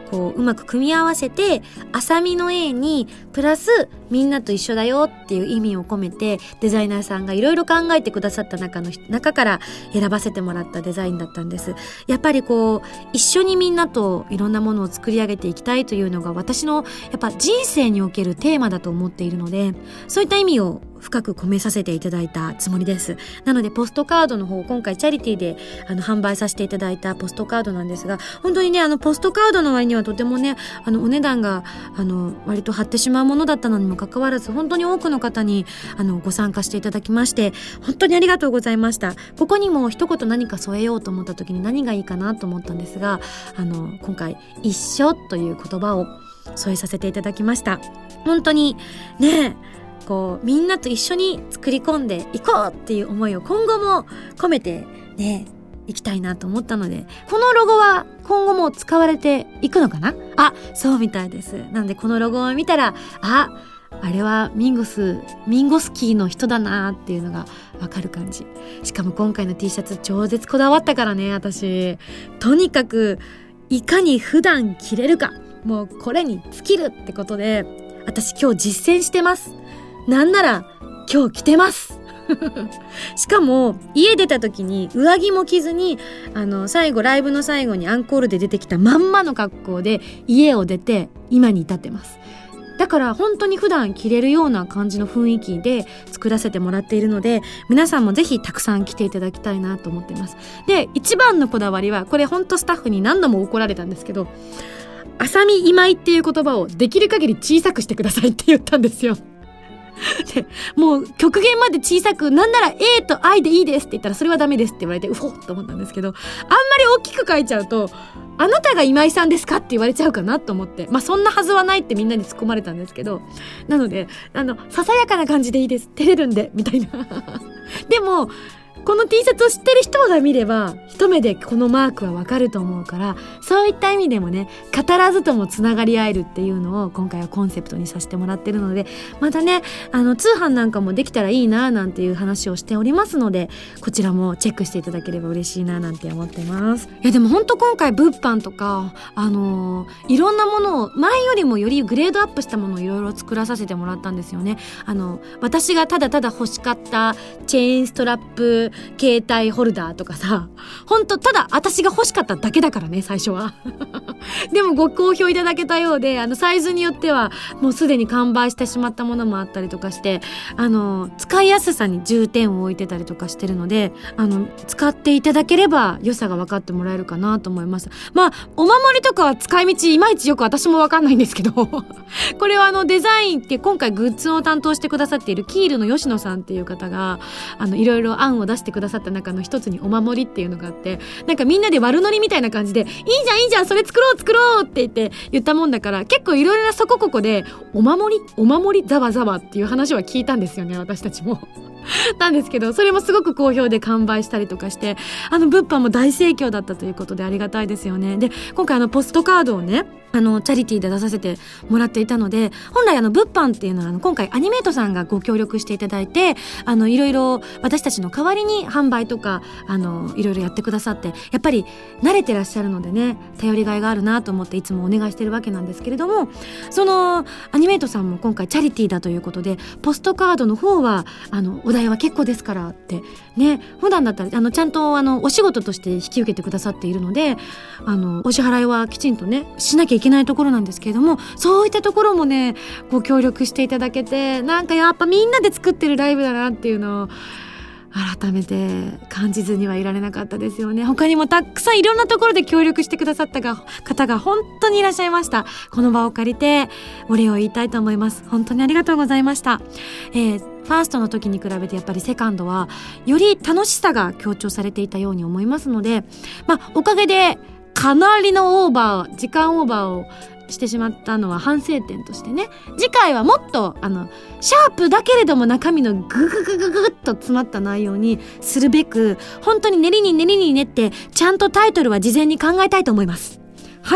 こううまく組み合わせて、あさみの A にプラスみんなと一緒だよっていう意味を込めて、デザイナーさんがいろいろ考えてくださった中から選ばせてもらったデザインだったんです。やっぱりこう一緒にみんなといろんなものを作り上げていきたいというのが私のやっぱ人生におけるテーマだと思っているので、そういった意味を深く込めさせていただいたつもりです。なのでポストカードの方、今回チャリティーで販売させていただいたポストカードなんですが、本当にねポストカードの割にはとてもねお値段が割と張ってしまうものだったのにもかかわらず、本当に多くの方にご参加していただきまして、本当にありがとうございました。ここにも一言何か添えようと思った時に何がいいかなと思ったんですが、今回一緒という言葉を添えさせていただきました。本当にね、こうみんなと一緒に作り込んでいこうっていう思いを今後も込めてねいきたいなと思ったので、このロゴは今後も使われていくのかな。あ、そうみたいです。なのでこのロゴを見たら、あれはミンゴスキーの人だなっていうのがわかる感じ。しかも今回の T シャツ超絶こだわったからね、私とにかくいかに普段着れるか、もうこれに尽きるってことで、私今日実践してます。なんなら今日着てますしかも家出た時に上着も着ずにライブの最後にアンコールで出てきたまんまの格好で家を出て今に至ってます。だから本当に普段着れるような感じの雰囲気で作らせてもらっているので、皆さんもぜひたくさん着ていただきたいなと思っています。で、一番のこだわりは、これ本当スタッフに何度も怒られたんですけど、あさみ今井っていう言葉をできる限り小さくしてくださいって言ったんですよでもう極限まで小さく、なんなら A と I でいいですって言ったら、それはダメですって言われて、うほっと思ったんですけど、あんまり大きく書いちゃうと、あなたが今井さんですかって言われちゃうかなと思って、そんなはずはないってみんなに突っ込まれたんですけど、なのでささやかな感じでいいです、照れるんでみたいなでもこの T シャツを知ってる人が見れば一目でこのマークはわかると思うから、そういった意味でもね、語らずともつながり合えるっていうのを今回はコンセプトにさせてもらってるので、またね通販なんかもできたらいいななんていう話をしておりますので、こちらもチェックしていただければ嬉しいななんて思ってます。いやでも本当今回物販とかいろんなものを前よりもよりグレードアップしたものをいろいろ作らさせてもらったんですよね。私がただただ欲しかったチェーンストラップ携帯ホルダーとかさ、ほんとただ私が欲しかっただけだからね、最初はでもご好評いただけたようで、サイズによってはもうすでに完売してしまったものもあったりとかして、使いやすさに重点を置いてたりとかしてるので、使っていただければ良さが分かってもらえるかなと思います。お守りとかは使い道いまいちよく私も分かんないんですけどこれはデザインって今回グッズを担当してくださっているキールの吉野さんっていう方がいろいろ案を出してくださった中の一つにお守りっていうのがあって、なんかみんなで悪ノリみたいな感じで、いいじゃんそれ作ろうって言ったもんだから、結構いろいろなそこここでお守りざわざわっていう話は聞いたんですよね、私たちもなんですけど、それもすごく好評で完売したりとかして、物販も大盛況だったということでありがたいですよね。で、今回ポストカードをねチャリティーで出させてもらっていたので、本来物販っていうのは今回アニメートさんがご協力していただいて、いろいろ私たちの代わりに販売とかいろいろやってくださって、やっぱり慣れてらっしゃるのでね、頼りがいがあるなと思っていつもお願いしてるわけなんですけれども、そのアニメートさんも今回チャリティーだということで、ポストカードの方はお題は結構ですからってね、普段だったらちゃんとお仕事として引き受けてくださっているので、お支払いはきちんとねしなきゃいけないところなんですけれども、そういったところもねご協力していただけて、なんかやっぱみんなで作ってるライブだなっていうのを改めて感じずにはいられなかったですよね。他にもたくさんいろんなところで協力してくださった方が本当にいらっしゃいました。この場を借りてお礼を言いたいと思います。本当にありがとうございました。ファーストの時に比べてやっぱりセカンドはより楽しさが強調されていたように思いますので、おかげでかなりの時間オーバーをしてしまったのは反省点としてね、次回はもっとシャープだけれども中身のグッと詰まった内容にするべく、本当に練りに練ってちゃんとタイトルは事前に考えたいと思います。はい。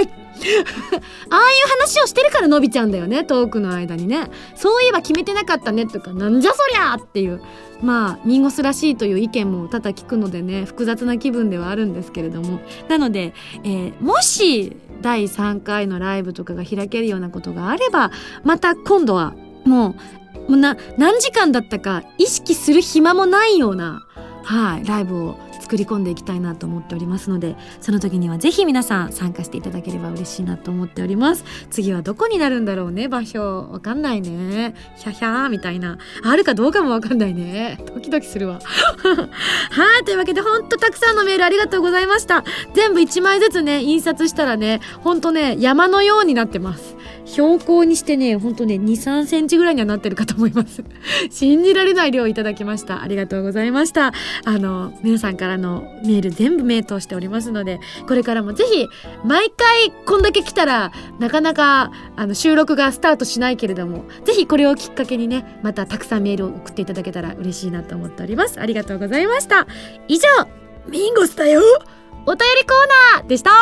ああいう話をしてるから伸びちゃうんだよね、トークの間にね。そういえば決めてなかったねとか、なんじゃそりゃっていう、まあミンゴスらしいという意見も多々聞くのでね、複雑な気分ではあるんですけれども、なので、もし第3回のライブとかが開けるようなことがあれば、また今度はもう何時間だったか意識する暇もないような、ライブを作り込んでいきたいなと思っておりますので、その時にはぜひ皆さん参加していただければ嬉しいなと思っております。次はどこになるんだろうね、場所。わかんないね。ひゃひゃーみたいな。あるかどうかもわかんないね。ドキドキするわ。はい、というわけでほんとたくさんのメールありがとうございました。全部1枚ずつね、印刷したらね、ほんとね、山のようになってます。標高にしてね、ほんとね、2、3センチぐらいにはなってるかと思います。信じられない量いただきました。ありがとうございました。皆さんからのメール全部目通しておりますので、これからもぜひ、毎回こんだけ来たら、なかなか収録がスタートしないけれども、ぜひこれをきっかけにね、またたくさんメールを送っていただけたら嬉しいなと思っております。ありがとうございました。以上、ミンゴスだよお便りコーナーでした。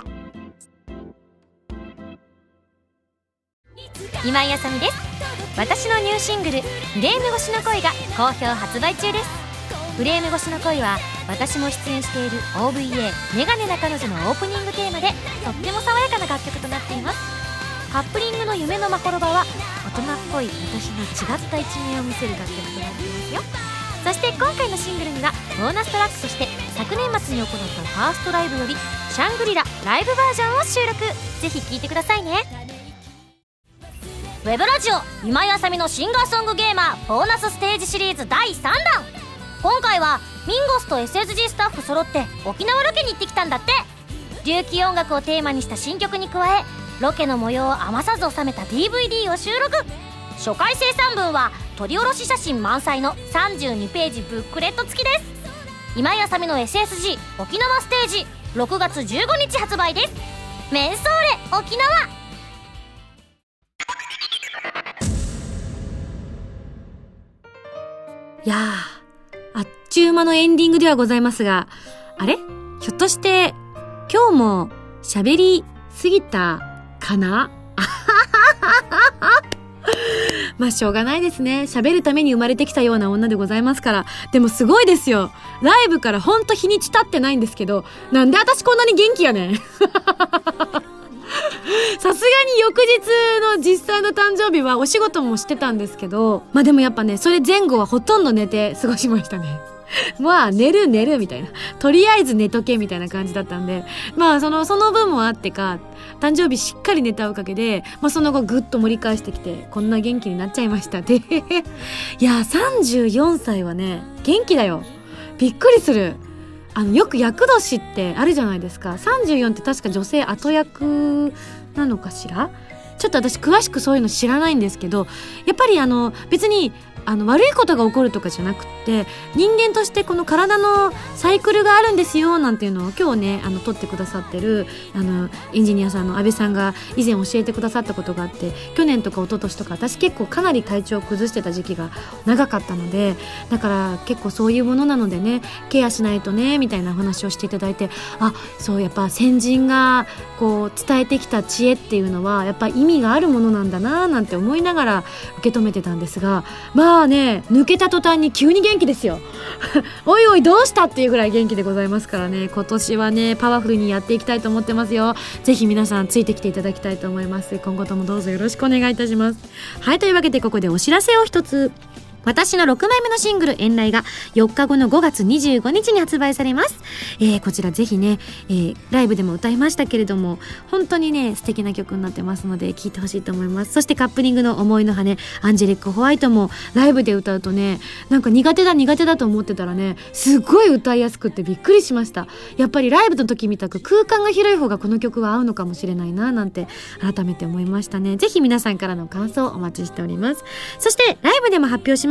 今井あさみです。私のニューシングル「フレーム越しの恋」が好評発売中です。フレーム越しの恋は私も出演している OVA「メガネな彼女」のオープニングテーマでとっても爽やかな楽曲となっています。カップリングの夢のまほろばは大人っぽい私の違った一面を見せる楽曲となっていますよ。そして今回のシングルにはボーナストラックとして昨年末に行ったファーストライブよりシャングリラライブバージョンを収録。ぜひ聴いてくださいね。ウェブラジオ今井あさみのシンガーソングゲーマーボーナスステージシリーズ第3弾。今回はミンゴスと SSG スタッフ揃って沖縄ロケに行ってきたんだって。琉球音楽をテーマにした新曲に加え、ロケの模様を余さず収めた DVD を収録。初回生産分は撮り下ろし写真満載の32ページブックレット付きです。今井あさみの SSG 沖縄ステージ6月15日発売です。メンソーレ沖縄。 いやー、あっちゅう間のエンディングではございますが、あれ？ひょっとして今日も喋りすぎたかな？まあしょうがないですね。喋るために生まれてきたような女でございますから。でもすごいですよ。ライブからほんと日にち経ってないんですけど、なんで私こんなに元気やねん。さすがに翌日の実際の誕生日はお仕事もしてたんですけど、まあでもやっぱね、それ前後はほとんど寝て過ごしましたね。まあ寝るみたいな、とりあえず寝とけみたいな感じだったんで、まあその分もあってか、誕生日しっかり寝たおかげで、まあその後ぐっと盛り返してきて、こんな元気になっちゃいましたでいや34歳はね元気だよ。びっくりする。よく厄年ってあるじゃないですか。34って確か女性後役なのかしら。ちょっと私詳しくそういうの知らないんですけど、やっぱり別に悪いことが起こるとかじゃなくって、人間としてこの体のサイクルがあるんですよなんていうのを今日ね撮ってくださってるエンジニアさんの安倍さんが以前教えてくださったことがあって、去年とか一昨年とか私結構かなり体調を崩してた時期が長かったので、だから結構そういうものなのでね、ケアしないとねみたいな話をしていただいて、あ、そうやっぱ先人がこう伝えてきた知恵っていうのはやっぱ意味があるものなんだななんて思いながら受け止めてたんですが、まあね、抜けた途端に急に元気ですよおいおいどうしたっていうぐらい元気でございますからね、今年はねパワフルにやっていきたいと思ってますよ。ぜひ皆さんついてきていただきたいと思います。今後ともどうぞよろしくお願いいたします。はい、というわけでここでお知らせを一つ。私の6枚目のシングル遠来が4日後の5月25日に発売されます。こちらぜひね、ライブでも歌いましたけれども、本当にね素敵な曲になってますので聴いてほしいと思います。そしてカップリングの思いの羽アンジェリック・ホワイトもライブで歌うとね、なんか苦手だと思ってたらね、すごい歌いやすくってびっくりしました。やっぱりライブの時みたく空間が広い方がこの曲は合うのかもしれないななんて改めて思いましたね。ぜひ皆さんからの感想をお待ちしております。そしてライブでも発表しま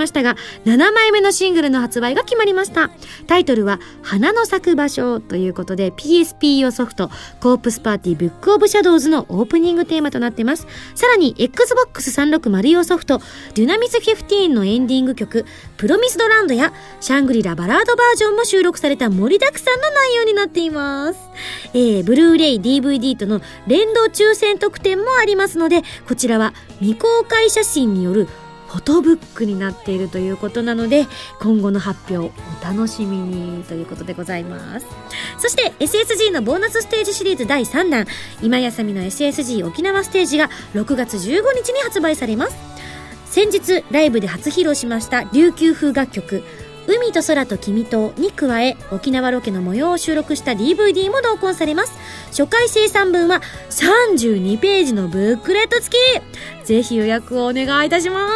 ましたが、7枚目のシングルの発売が決まりました。タイトルは花の咲く場所ということで、 PSP 用ソフトコープスパーティーブックオブシャドウズのオープニングテーマとなっています。さらに Xbox360 用ソフトデュナミス15のエンディング曲プロミスドランドやシャングリラバラードバージョンも収録された盛りだくさんの内容になっています。ブルーレイ DVD との連動抽選特典もありますので、こちらは未公開写真によるフォトブックになっているということなので、今後の発表お楽しみにということでございます。そして SSG のボーナスステージシリーズ第3弾、今やさみの SSG 沖縄ステージが6月15日に発売されます。先日ライブで初披露しました琉球風楽曲海と空と君とに加え、沖縄ロケの模様を収録した DVD も同梱されます。初回生産分は32ページのブックレット付き。ぜひ予約をお願いいたします。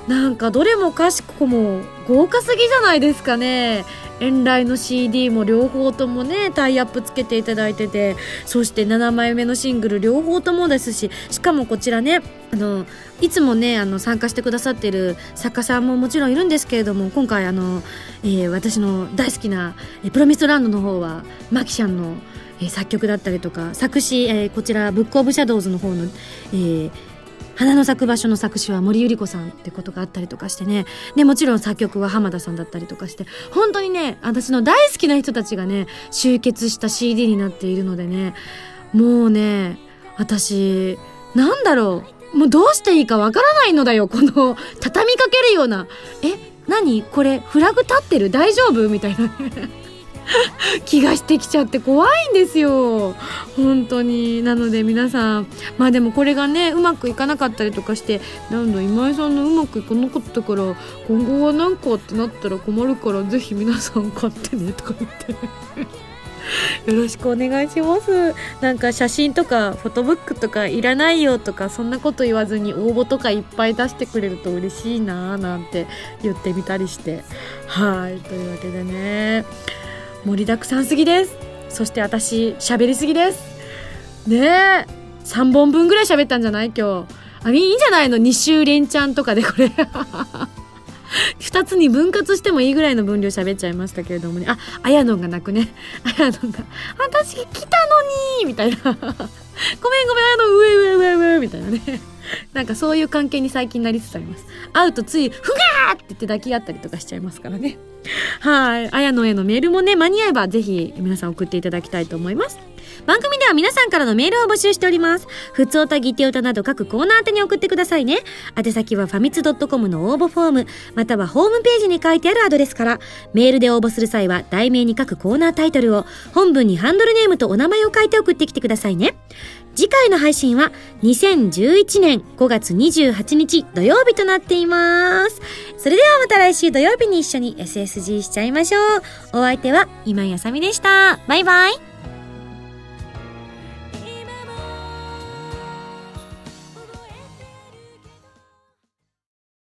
なんかどれもかしこも豪華すぎじゃないですかね。遠来の CD も両方ともねタイアップつけていただいてて、そして7枚目のシングル両方ともですし、しかもこちらねいつもね参加してくださっている作家さんももちろんいるんですけれども、今回私の大好きなプロミスランドの方はマキシャンの作曲だったりとか、作詞こちらブックオブシャドウズの方の花の咲く場所の作詞は森百合子さんってことがあったりとかしてね。でもちろん作曲は浜田さんだったりとかして、本当にね私の大好きな人たちがね集結した CD になっているのでね、もうね私なんだろう、もうどうしていいかわからないのだよ、この畳みかけるような何これフラグ立ってる大丈夫みたいな気がしてきちゃって怖いんですよ本当に。なので皆さん、まあでもこれがねうまくいかなかったりとかして、なんだ今井さんのうまくいかなかったから今後はなんかってなったら困るからぜひ皆さん買ってねとか言ってよろしくお願いします。なんか写真とかフォトブックとかいらないよとかそんなこと言わずに応募とかいっぱい出してくれると嬉しいななんて言ってみたりして、はいというわけでね盛りだくさんすぎです。そして私喋りすぎですね。3本分ぐらい喋ったんじゃない今日。いいんじゃないの2週連チャンとかでこれ2つに分割してもいいぐらいの分量喋っちゃいましたけれどもね。あやのんが泣くね。あやのんが私来たのにみたいなごめんあやの上みたいなねなんかそういう関係に最近なりつつあります。会うとついふがーって言って抱き合ったりとかしちゃいますからね。はい、あやのへのメールもね間に合えばぜひ皆さん送っていただきたいと思います。番組では皆さんからのメールを募集しております。ふつおたぎておたなど各コーナー宛てに送ってくださいね。宛先はファミツ.com の応募フォームまたはホームページに書いてあるアドレスから。メールで応募する際は題名に各コーナータイトルを、本文にハンドルネームとお名前を書いて送ってきてくださいね。次回の配信は2011年5月28日土曜日となっています。それではまた来週土曜日に一緒に SSG しちゃいましょう。お相手は今井あさみでした。バイバイ。